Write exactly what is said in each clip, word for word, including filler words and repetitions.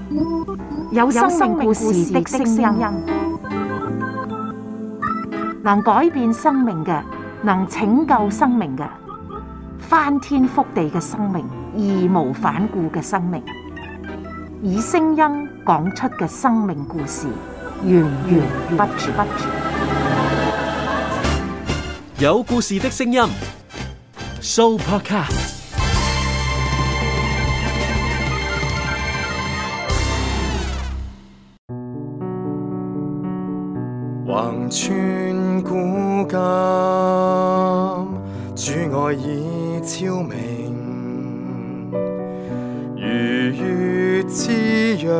有生命故事的聲音，能改變生命嘅，能拯救生命嘅，翻天覆地嘅生命，義無反顧嘅生命，以聲音講出嘅生命故事，源源不絕。 有故事的聲音 ，Sooopodcast。 橫穿古今，主愛已超明，如月之約，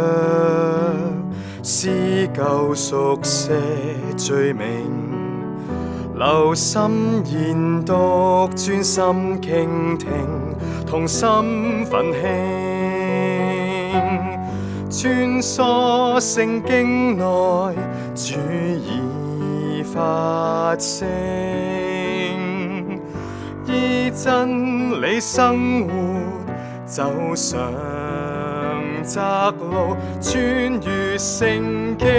撕舊熟寫罪名，留心研讀，專心傾聽，同心奮興，穿梭聖經內，主已發聲，依真理生活，走上窄路，穿越聖經。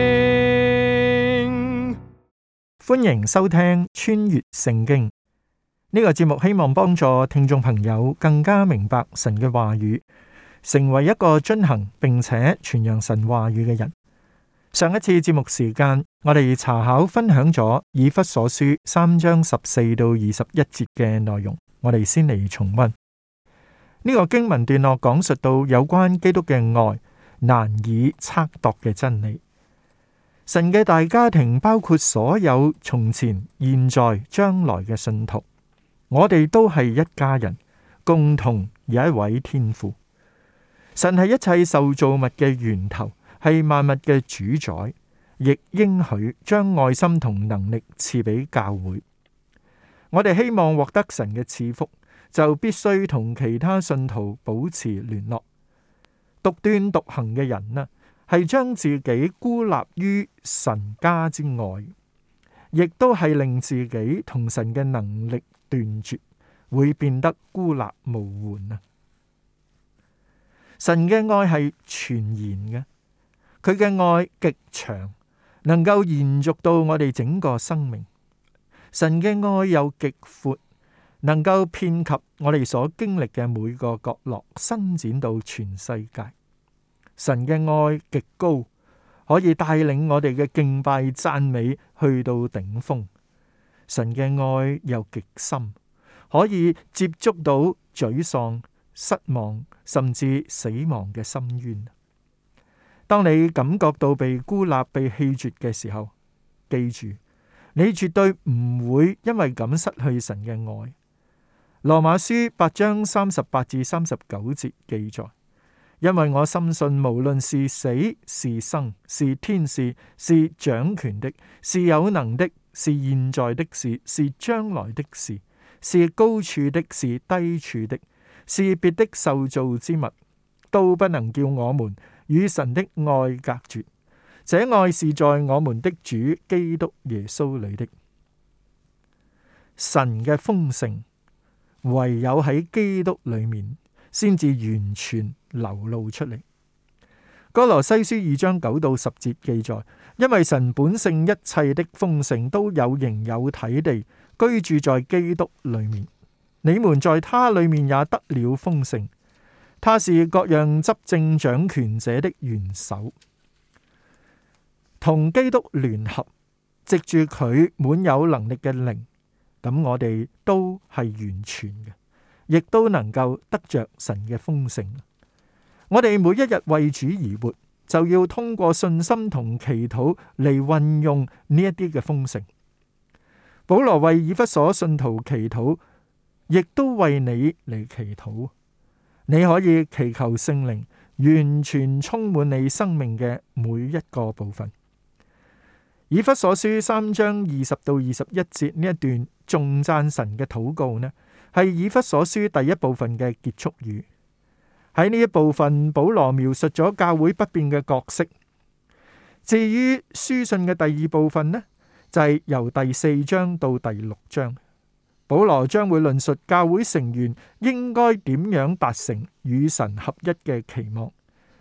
歡迎收聽《穿越聖經》呢個節目，希望幫助聽眾朋友更加明白神嘅話語，成為一個遵行並且傳揚神話語嘅人。上一次節目時間，我哋查考分享咗以弗所書三章十四到二十一節嘅內容，我哋先嚟重溫呢個經文段落，講述到有關基督嘅愛難以測度嘅真理。神嘅大家庭包括所有從前、現在、將來嘅信徒，我哋都係一家人，共同有一位天父。神係一切受造物嘅源頭，係萬物嘅主宰，亦應許將愛心同能力賜俾教會。我哋希望獲得神嘅賜福，就必須同其他信徒保持聯絡。獨斷獨行嘅人啊，係將自己孤立於神家之外，亦都係令自己同神嘅能力斷絕，會變得孤立無援啊！神嘅愛係全然嘅，佢嘅愛極長，能夠延續到我哋整個生命。神嘅愛又極闊，能夠遍及我哋所經歷嘅每個角落，伸展到全世界。神嘅愛極高，可以帶領我哋嘅敬拜讚美去到頂峰。神嘅愛又極深，可以接觸到沮喪、失望甚至死亡嘅深淵。當你感覺到被孤立、被棄絕嘅時候，記住，你絕對唔會因為咁失去神嘅愛。羅馬書八章三十八至三十九節記載：因為我深信，無論是死是生，是天使，是掌權的，是有能的，是現在的事，是將來的事，是高處的，是低處的，是別的受造之物，都不能叫我們與神的愛隔絕。這愛是在我們的主基督耶穌裏的。神嘅豐盛唯有喺基督裏面先至完全流露出嚟。歌羅西書二章九到十節記載：因為神本性一切的豐盛都有形有體地居住在基督裏面，你們在他裏面也得了豐盛。他是各樣執政掌權者的元首，同基督聯合，藉住佢滿有能力嘅靈，咁我哋都係完全嘅，亦都能夠得着神嘅豐盛。我哋每一日為主而活，就要通過信心同祈禱嚟運用呢一啲嘅豐盛。保羅為以弗所信徒祈禱，亦都為你嚟祈禱。你可以祈求聖靈完全充滿你生命嘅每一個部分。以弗所書三章二十到二十一節呢一段頌讚神嘅禱告呢，係以弗所書第一部分嘅結束語。喺呢一部分，保羅描述咗教會不變嘅角色。至於書信嘅第二部分呢，就係由第四章到第六章。保羅將會論述教會成員應該點樣達成與神合一嘅期望。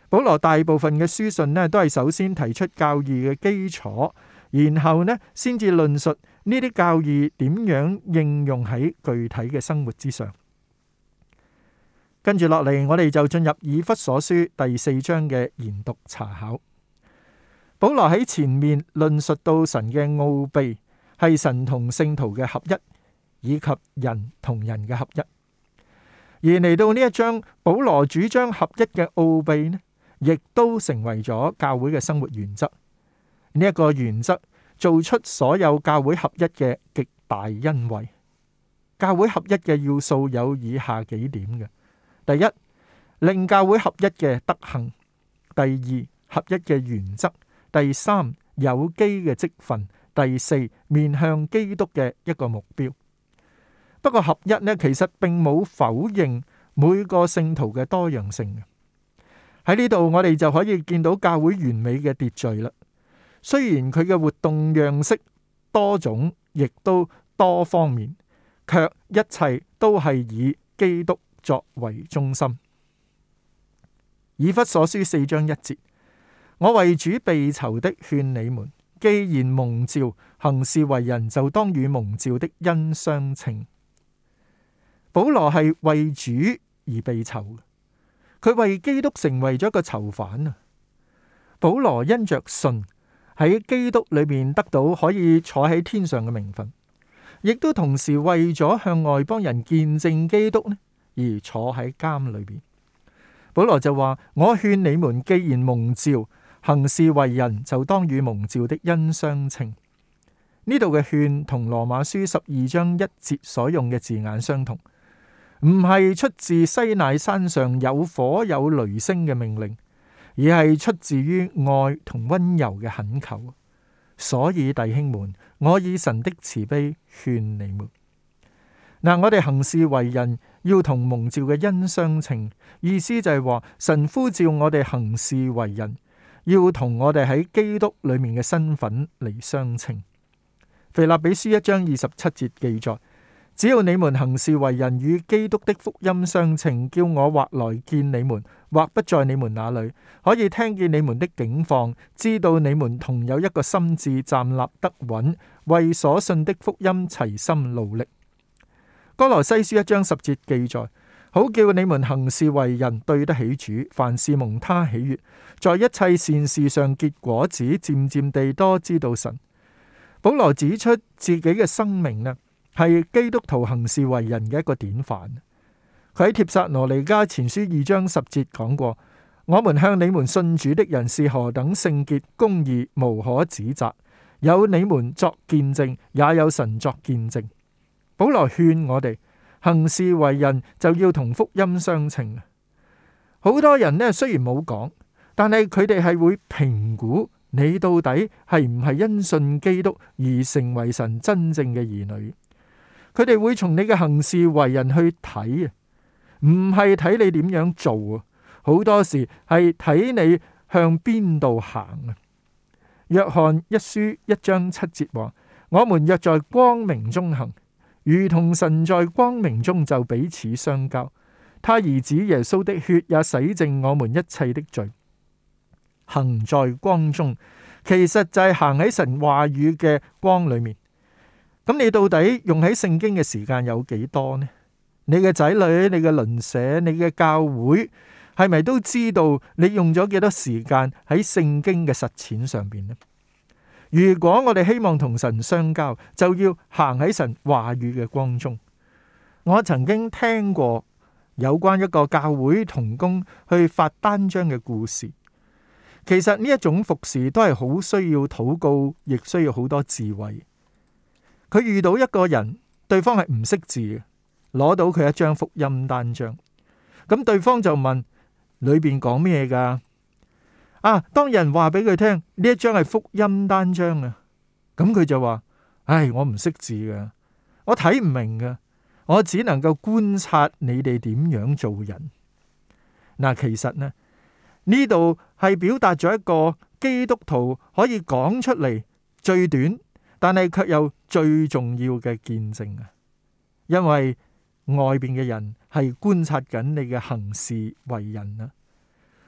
保羅大部分嘅書信呢，都係首先提出教義嘅基礎，然後呢先至論述呢啲教義點樣應用喺具體嘅生活之上。跟住落嚟，我哋就進入以弗所書第四章嘅研讀查考。保羅喺前面論述到神嘅奧秘係神同聖徒嘅合一，以及人同人嘅合一。而嚟到呢一章，保羅主張合一嘅奧秘呢，亦都成為咗教會嘅生活原則。呢、這、一個原則做出所有教會合一嘅極大恩惠。教會合一嘅要素有以下幾點嘅。第一，令教會合一嘅德行；第二，合一嘅原則；第三，有機嘅職分；第四，面向基督嘅一個目標。不過合一呢，其實並冇否認每個聖徒嘅多樣性。喺呢度我哋就可以見到教會完美嘅秩序啦。雖然佢嘅活動樣式多種，亦都多方面，卻一切都係以基督作為中心。以弗所書四章一節，我為主被囚的勸你們，既然蒙召行事為人，就當與蒙召的恩相稱。保羅係為主而被囚，佢為基督成為咗一個囚犯啊！保羅因着信喺基督裏面得到可以坐喺天上嘅名分，亦都同時為咗向外邦人見證基督呢，而坐喺監裏邊。保羅就話：我勸你們，既然蒙召行事為人，就當與蒙召的恩相稱。呢度嘅勸同羅馬書十二章一節所用嘅字眼相同，唔係出自西乃山上有火有雷聲嘅命令，而係出自於愛同溫柔嘅懇求。所以弟兄們，我以神的慈悲勸你們。嗱，我哋行事為人要同蒙召嘅恩相稱，意思就係話神呼召我哋行事為人，要同我哋喺基督裏面嘅身份嚟相稱。腓立比書一章二十七節記載：只要你們行事為人與基督的福音相稱，叫我或來見你們，或不在你們那裏，可以聽見你們的境況，知道你們同有一個心志，站立得穩，為所信的福音齊心勞力。歌羅西書一章十節記載：好叫你們行事為人對得起主，凡事蒙他喜悅，在一切善事上結果子，漸漸地多知道神。保羅指出自己嘅生命呢，係基督徒行事為人嘅一個典範。佢喺帖撒羅尼迦前書二章十節講過：我們向你們信主的人是何等聖潔、公義、無可指責，有你們作見證，也有神作見證。保羅勸我哋行事為人就要同福音相稱。好多人呢，雖然冇講，但係佢哋係會評估你到底係唔係因信基督而成為神真正嘅兒女。佢哋會從你嘅行事為人去睇啊，唔係睇你點樣做啊，好多時係睇你向邊度行啊。約翰一書一章七節話：我們若在光明中行，如同神在光明中，就彼此相交。他兒子耶穌的血也洗淨我們一切的罪。行在光中，其實就係行喺神話語嘅光裏面。咁你到底用喺聖經嘅時間有幾多呢？你嘅仔女、你嘅鄰舍、你嘅教會，係咪都知道你用咗幾多時間喺聖經嘅實踐上邊呢？如果我哋希望同神相交，就要行喺神話語嘅光中。我曾經聽過有關一個教會同工去發單張嘅故事。其實呢一種服侍都係好需要禱告，亦需要好多智慧。佢遇到一個人，對方係唔識字嘅，攞到佢一張福音單張，咁對方就問裏邊講咩噶？啊，當人話俾佢聽呢一張係福音單張啊，咁佢就話：唉，我唔識字噶，我睇唔明噶，我只能夠觀察你哋點樣做人。嗱，其實呢呢度係表達咗一個基督徒可以講出嚟最短，但係卻又最重要嘅見證啊！因為外邊嘅人係觀察緊你嘅行事為人啊。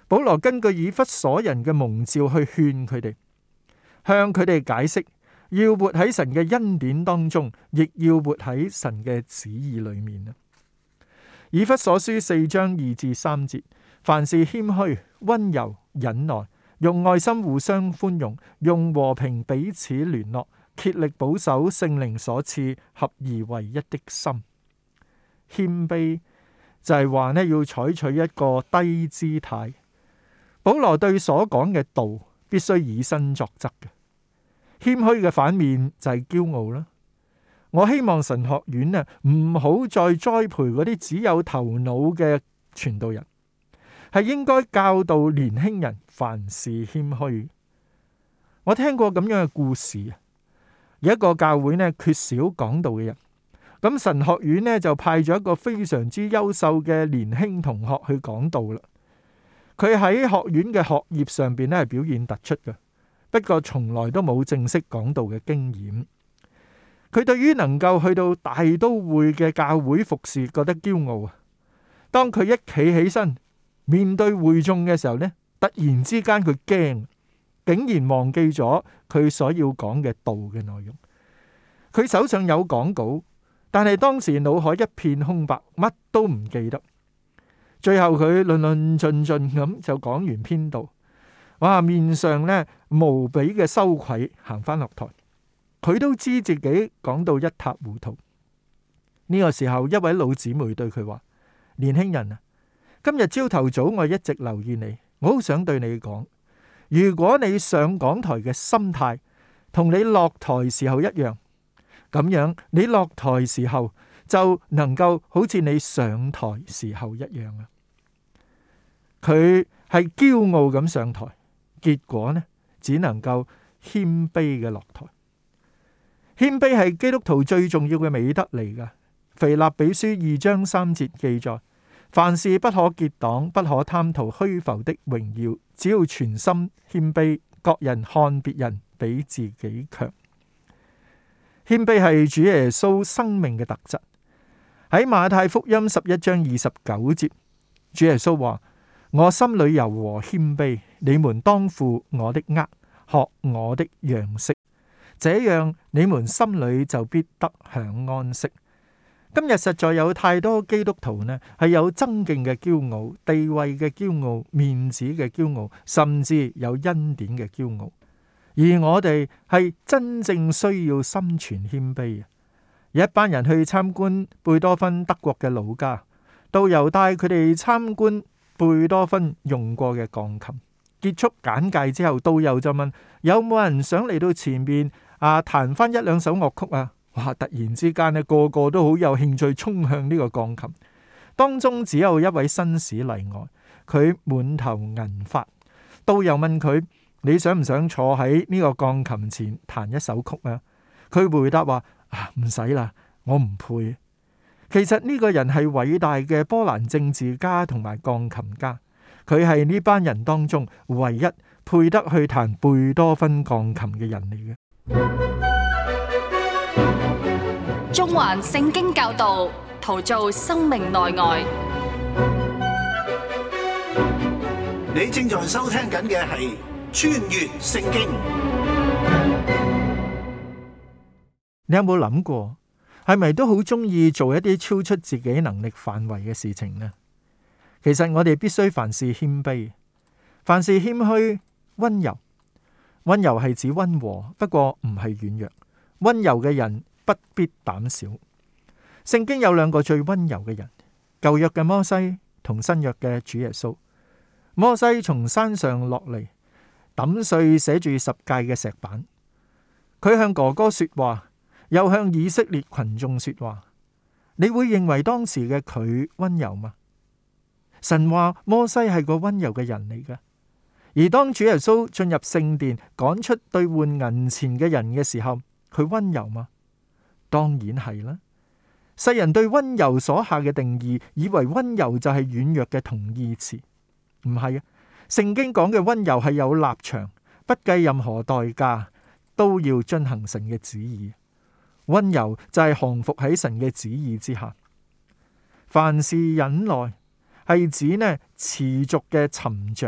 保羅根據以弗所人嘅蒙召去勸佢哋，向佢哋解釋要活喺神嘅恩典當中，亦要活喺神嘅旨意裏面啊。以弗所書四章二至三節，凡事謙虛、溫柔、忍耐，用愛心互相寬容，用和平彼此聯絡，竭力保守聖靈所賜合而為一的心。謙卑就係話呢，要採取一個低姿態。保羅對所講嘅道必須以身作則嘅。謙虛嘅反面就係驕傲啦。我希望神學院啊，唔好再栽培嗰啲只有頭腦嘅傳道人，係應該教導年輕人凡事謙虛。我聽過咁樣嘅故事，有一個教會呢缺少講道嘅人，咁神學院呢就派咗一個非常之優秀嘅年輕同學去講道啦。佢喺學院嘅學業上邊呢係表現突出嘅，不過從來都冇正式講道嘅經驗。佢對於能夠去到大都會嘅教會服侍覺得驕傲啊！當佢一企起身面對會眾嘅時候呢，突然之間佢驚，竟然忘記咗佢所要講嘅道嘅內容。佢手上有講稿，但係當時腦海一片空白，乜都唔記得。最後佢論論盡盡咁就講完篇道，哇！面上呢無比嘅羞愧，行翻落台。佢都知自己講到一塌糊塗。呢個時候，一位老姊妹對佢話：年輕人啊，今日朝頭早我一直留意你，我好想對你講，如果你上講台嘅心態同你落台時候一樣，咁樣你落台時候就能夠好似你上台時候一樣啊。佢係驕傲咁上台，結果呢只能夠謙卑嘅落台。謙卑係基督徒最重要嘅美德嚟㗎。腓立比書二章三節記載：凡事不可結黨，不可貪圖虛浮的榮耀，只要全心謙卑，各人看別人比自己強。謙卑係主耶穌生命嘅特質。喺馬太福音十一章二十九節，主耶穌話：我心裏柔和謙卑，你們當負我的軛，學我的樣式。這樣你們心裏就必得享安息。今日實在有太多基督徒呢，係有爭競嘅驕傲、地位嘅驕傲、面子嘅驕傲，甚至有恩典嘅驕傲。而我哋係真正需要心存謙卑嘅。有一班人去參觀貝多芬德國嘅老家，導遊帶佢哋參觀貝多芬用過嘅鋼琴。結束簡介之後，導遊就問：有冇人想嚟到前面啊彈翻一兩首樂曲啊？哇！突然之間咧，個個都好有興趣衝向呢個鋼琴。當中只有一位紳士例外，佢滿頭銀髮。導遊問佢：你想唔想坐喺呢個鋼琴前彈一首曲啊？佢回答話：啊，唔使啦，我唔配。其實呢個人係偉大嘅波蘭政治家同埋鋼琴家，佢係呢班人當中唯一配得去彈貝多芬鋼琴嘅人嚟嘅。 中環聖經教導，陶造生命內外。 你正在收聽緊嘅係穿越聖經。 你有冇諗過，係咪都好中意做一啲超出自己能力範圍嘅事情呢？其實我哋必須凡事謙卑，凡事謙虛、溫柔。溫柔係指溫和，不過唔係軟弱。溫柔嘅人不必膽小。聖經有兩個最溫柔嘅人，舊約嘅摩西同新約嘅主耶穌。摩西從山上落嚟，抌碎寫住十誡嘅石板。佢向哥哥說話，又向以色列群眾說話。你會認為當時嘅佢溫柔嗎？神話摩西係個溫柔嘅人嚟㗎。而當主耶穌進入聖殿，趕出兌換銀錢嘅人嘅時候，佢溫柔嗎？當然係啦。世人對溫柔所下嘅定義，以為溫柔就係軟弱嘅同義詞，唔係啊。聖經講嘅溫柔係有立場，不計任何代價都要遵行神嘅旨意。溫柔就係降服喺神嘅旨意之下。凡事忍耐係指呢持續嘅沉着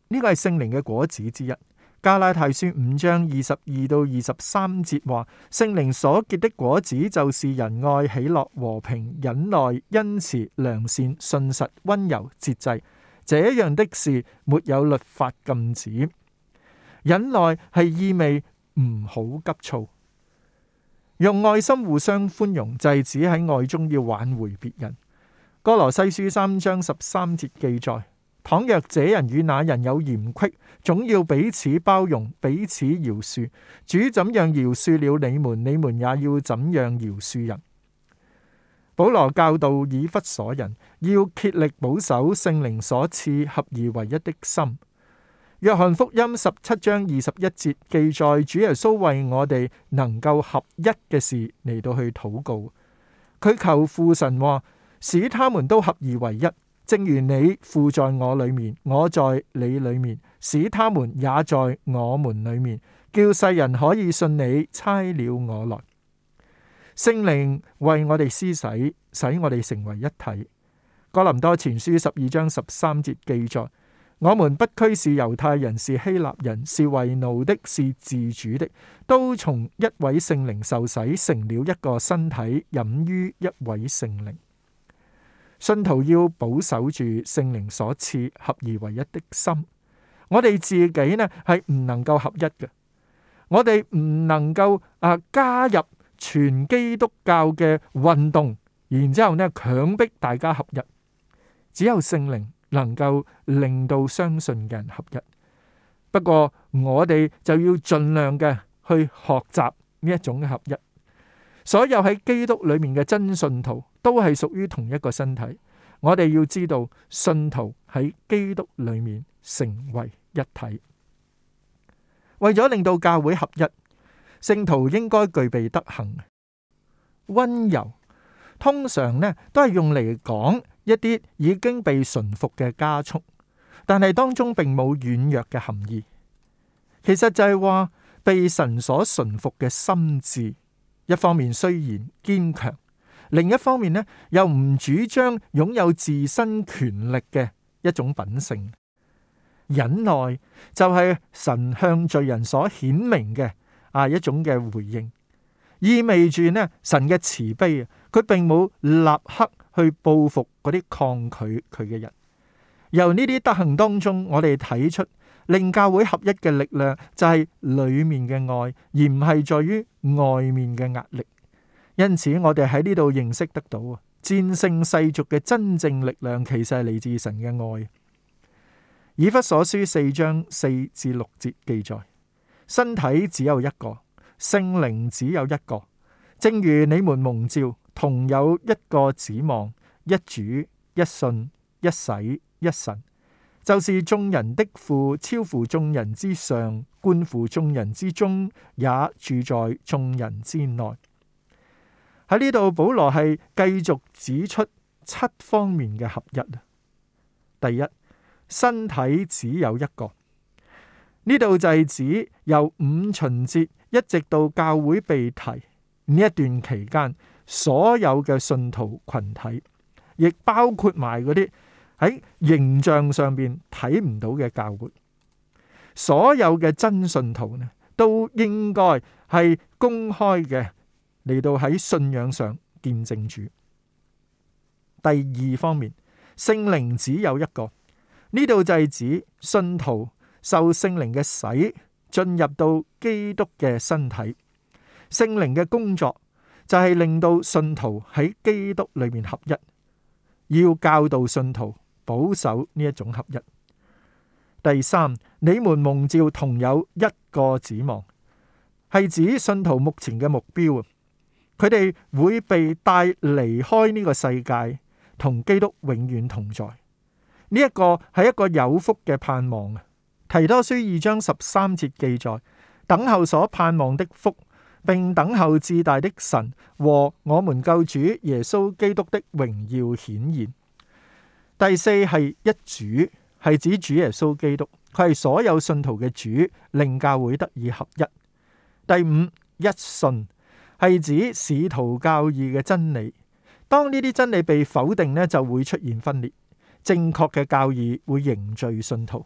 呢個係聖靈嘅果子之一。加拉太書五章二十二到二十三節話，聖靈所結的果子就是仁愛、喜樂、和平、忍耐、恩慈、良善、信實、溫柔、節制。這樣的事沒有律法禁止。忍耐係意味唔好急躁，用愛心互相寬容，就係指喺愛中要挽回別人。歌羅西書三章十三節記載，倘若這人與那人有嫌隙，總要彼此包容，彼此饒恕。主怎樣饒恕了你們，你們也要怎樣饒恕人。保羅教導以弗所人要竭力保守聖靈所賜合而為一的心。約翰福音十七章二十一節記載，主耶穌為我哋能夠合一嘅事嚟到去禱告，佢求父神話，使他們都合而為一，正如你父在我裏面，我在你裏面，使他們也在我們裏面，叫世人可以信你差了我來。聖靈為我哋施洗，使我哋成為一體。哥林多前書十二章十三節記載，我們不拘是猶太人，是希臘人，是為奴的，是自主的，都從一位聖靈受洗，成了一個身體，飲於一位聖靈。信徒要保守住聖靈所賜合而為一的心。我哋自己呢係唔能夠合一嘅，我哋唔能夠啊加入全基督教嘅運動，然之後呢強迫大家合一。只有聖靈能夠令到相信嘅人合一。不過我哋就要盡量嘅去學習呢一種嘅合一。所有喺基督裏面嘅真信徒都係屬於同一個身體。我哋要知道，信徒喺基督裏面成為一體。為咗令到教會合一，聖徒應該具備德行。溫柔通常呢都係用嚟講一啲已經被馴服嘅家畜，但係當中並冇軟弱嘅含義。其實就係話被神所馴服嘅心智，一方面雖然堅強，另一方面呢又唔主張擁有自身權力嘅一種品性。忍耐就係神向罪人所顯明嘅啊一種嘅回應，意味住呢神嘅慈悲啊，佢並冇立刻去報復嗰啲抗拒佢嘅人。由呢啲德行當中，我哋睇出令教會合一嘅力量就係裏面嘅愛，而唔係在於外面嘅壓力。因此我哋喺呢度認識得到啊，戰勝世俗嘅真正力量其實係嚟自神嘅愛。以弗所書四章四至六節記載，身體只有一個，聖靈只有一個，正如你們蒙召，同有一個指望，一主，一信，一洗，一神，就是眾人的父，超乎眾人之上，觀乎眾人之中，也住在眾人之內。喺呢度，保羅係繼續指出七方面嘅合一。第一，身體只有一個，呢度就係指由五旬節一直到教會被提呢一段期間，所有嘅信徒群體，亦包括埋嗰啲喺形象上邊睇唔到嘅教會。所有嘅真信徒呢，都應該係公開嘅嚟到喺信仰上見證主。第二方面，聖靈只有一個，呢度就係指信徒受聖靈嘅洗，進入到基督嘅身體。聖靈嘅工作就係令到信徒喺基督裏面合一，要教導信徒保守呢一種合一。第三，你們蒙召同有一個指望，係指信徒目前嘅目標啊，佢哋會被帶離開呢個世界，同基督永遠同在。呢一個係一個有福嘅盼望啊！提多書二章十三節記載，等候所盼望的福，並等候至大的神和我們救主耶穌基督的榮耀顯現。第四係一主，係指主耶穌基督，佢係所有信徒嘅主，令教會得以合一。第五，一信，係指使徒教義嘅真理。當呢啲真理被否定呢，就會出現分裂。正確嘅教義會凝聚信徒。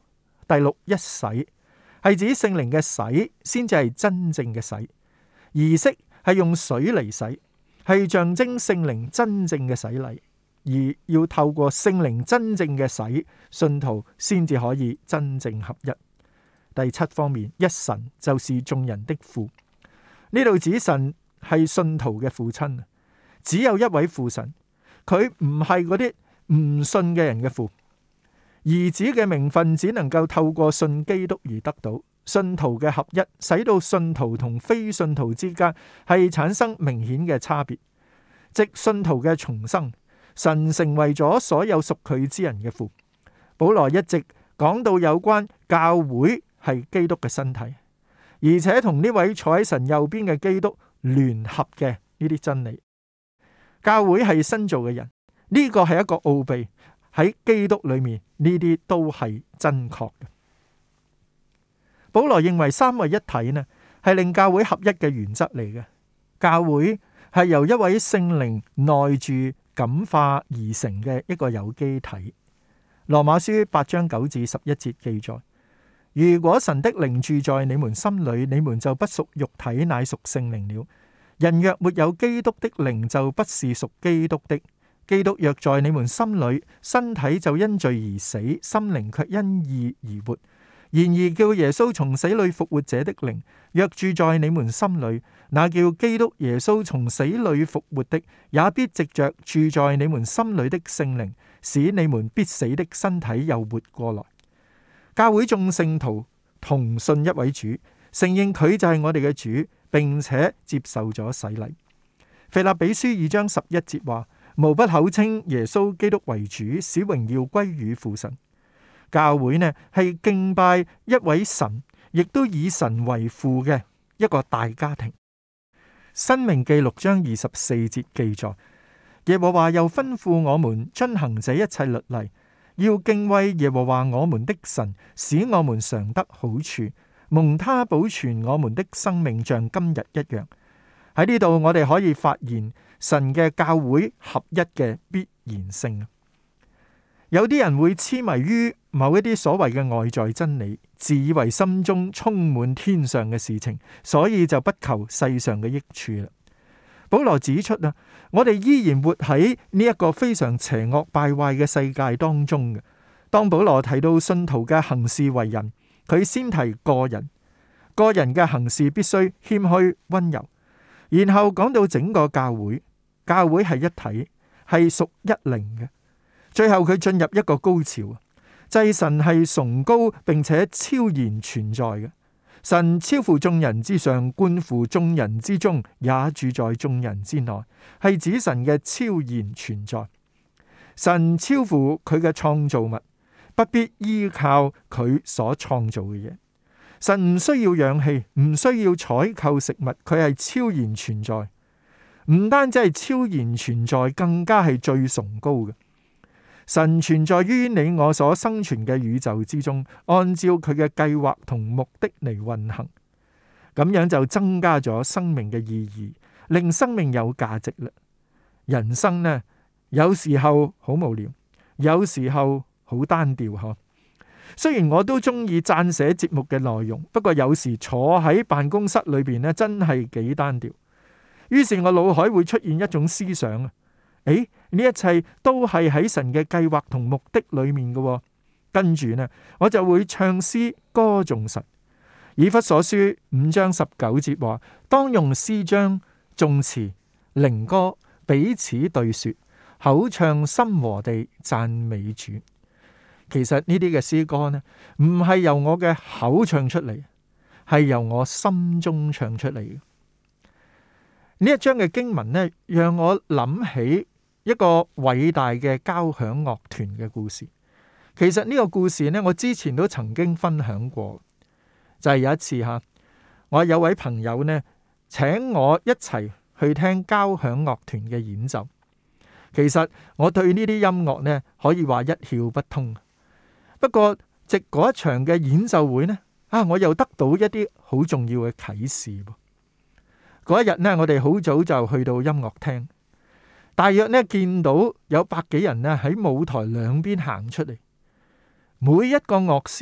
第六一洗，係指聖靈嘅洗先至係真正嘅洗。儀式係用水嚟洗，係象徵聖靈真正嘅洗禮，而要透過聖靈真正嘅洗，信徒先至可以真正合一。第七方面，一神就是眾人的父。呢度指神係信徒嘅父親，只有一位父神，佢唔係嗰啲唔信嘅人嘅父。兒子嘅名分只能夠透過信基督而得到。信徒嘅合一，使到信徒同非信徒之間係產生明顯嘅差別。即信徒嘅重生，神成為咗所有屬佢之人嘅父。保羅一直講到有關教會係基督嘅身體，而且同呢位坐喺神右邊嘅基督聯合嘅呢啲真理。教會係新造嘅人，呢個係一個奧秘，喺基督裏面呢啲都係真確嘅。保羅認為三位一體呢係令教會合一嘅原則嚟嘅。教會係由一位聖靈內住感化而成嘅一個有機體。羅馬書八章九至十一節記載：如果神的靈住在你們心裏，你們就不屬肉體，乃屬聖靈了。人若沒有基督的靈，就不是屬基督的。基督若在你們心裏，身體就因罪而死，心靈卻因義而活。然而叫耶穌從死裏復活者的靈，若住在你們心裏，那叫基督耶穌從死裏復活的，也必藉着住在你們心裏的聖靈，使你們必死的身體又活過來。教會眾聖徒同信一位主，承認佢就係我哋嘅主，並且接受咗洗禮。腓立比書二章十一節話：無不口稱耶穌基督為主，使榮耀歸於父神。教會呢係敬拜一位神，亦都以神為父嘅一個大家庭。申命記六章二十四節記載：耶和華又吩咐我們遵行這一切律例，要敬畏耶和華我們的神，使我們常得好處，蒙他保存我們的生命，像今日一樣。喺呢度我哋可以發現神嘅教會合一嘅必然性。有啲人會痴迷於某一啲所謂嘅外在真理，自以為心中充滿天上嘅事情，所以就不求世上嘅益處啦。保羅指出啊，我哋依然活喺呢一個非常邪惡敗壞嘅世界當中嘅。當保羅提到信徒嘅行事為人，佢先提個人，個人嘅行事必須謙虛溫柔，然後講到整個教會，教會係一體，係屬一靈嘅。最後佢進入一個高潮，祭神係崇高並且超然存在嘅。神超乎眾人之上，貫乎眾人之中，也住在眾人之內，係指神嘅超然存在。神超乎佢嘅創造物，不必依靠佢所創造嘅嘢。神唔需要氧氣，唔需要採購食物，佢係超然存在。唔單止係超然存在，更加係最崇高嘅。神存在於你我所生存嘅宇宙之中，按照佢嘅計劃同目的嚟運行，咁樣就增加咗生命嘅意義，令生命有價值啦。人生呢，有時候好無聊，有時候好單調嗬。雖然我都中意撰寫節目嘅內容，不過有時坐喺辦公室裏邊呢，真係幾單調。於是我腦海會出現一種思想啊。誒，呢一切都係喺神嘅計劃同目的裏面嘅。跟住呢，我就會唱詩歌頌神。以弗所書五章十九節話：當用詩章、頌詞、靈歌彼此對說，口唱心和地讚美主。其實呢啲嘅詩歌呢，唔係由我嘅口唱出嚟，係由我心中唱出嚟嘅。呢一章嘅經文呢，讓我諗起一個偉大嘅交響樂團嘅故事。其實呢個故事呢，我之前都曾經分享過。就係有一次吓，我有位朋友呢，請我一齊去聽交響樂團嘅演奏。其實我對呢啲音樂呢，可以話一竅不通。不過藉嗰一場嘅演奏會呢，啊，我又得到一啲好重要嘅啟示。嗰一日呢，我哋好早就去到音樂廳。大約呢，見到有百幾人呢喺舞台兩邊行出嚟，每一個樂師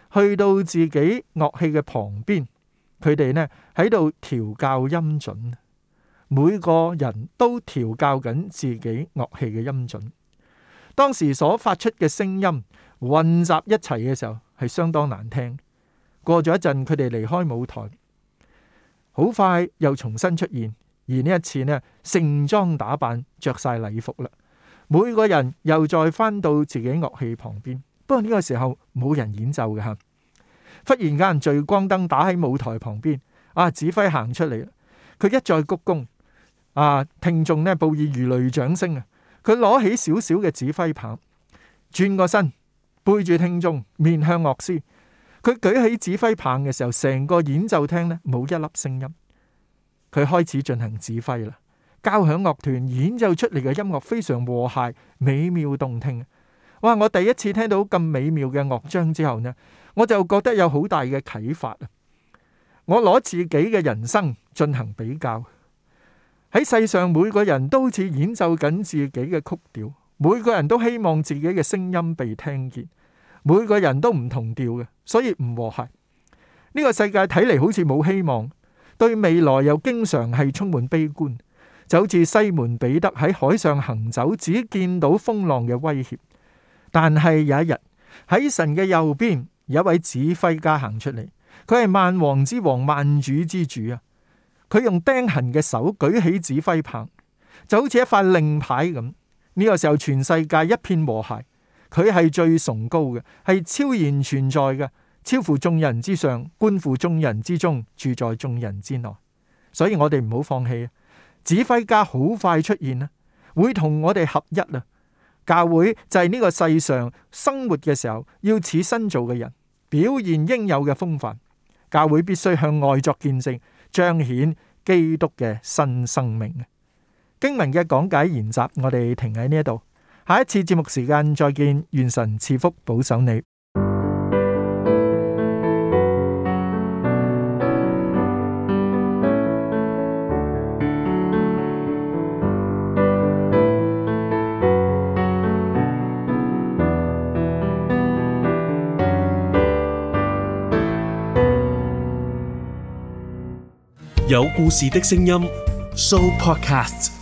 去到自己樂器嘅旁邊，佢哋呢喺度調校音準，每個人都調校緊自己樂器嘅音準。當時所發出嘅聲音混雜一齊嘅時候，係相當難聽。過咗一陣，佢哋離開舞台，好快又重新出現。而呢一次呢，盛裝打扮，着晒禮服啦。每個人又再翻到自己樂器旁邊。不過呢個時候冇人演奏嘅吓。忽然間聚光燈打喺舞台旁邊，啊，指揮行出嚟啦。佢一再鞠躬，啊，聽眾呢報以如雷掌聲啊。佢攞起少少嘅指揮棒，轉個身，背住聽眾，面向樂師。佢舉起指揮棒嘅時候，成個演奏廳呢冇一粒聲音。佢開始進行指揮啦，交響樂團演奏出嚟嘅音樂非常和諧、美妙動聽。哇！我第一次聽到咁美妙嘅樂章之後呢，我就覺得有好大嘅啟發啊！我攞自己嘅人生進行比較，喺世上每個人都好似演奏緊自己嘅曲調，每個人都希望自己嘅聲音被聽見，每個人都唔同調嘅，所以唔和諧。呢個世界睇嚟好似冇希望。對未來又經常係充滿悲觀，就好似西門彼得喺海上行走，只見到風浪嘅威脅。但係有一日喺神嘅右邊，有一位指揮家行出嚟，佢係萬王之王、萬主之主啊！佢用釘痕嘅手舉起指揮棒，就好似一塊令牌咁。呢個時候全世界一片和諧，佢係最崇高嘅，係超然存在嘅。超乎眾人之上，觀乎眾人之中，住在眾人之內。所以我哋唔好放棄，指揮家好快出現啦，會同我哋合一啦。教會就係呢個世上生活嘅時候，要似新造嘅人，表現應有嘅風範。教會必須向外作見證，彰顯基督嘅新生命。經文嘅講解研習，我哋停喺呢一度。下一次節目時間再見，願神賜福保守你。 有故事的聲音 Show Podcast。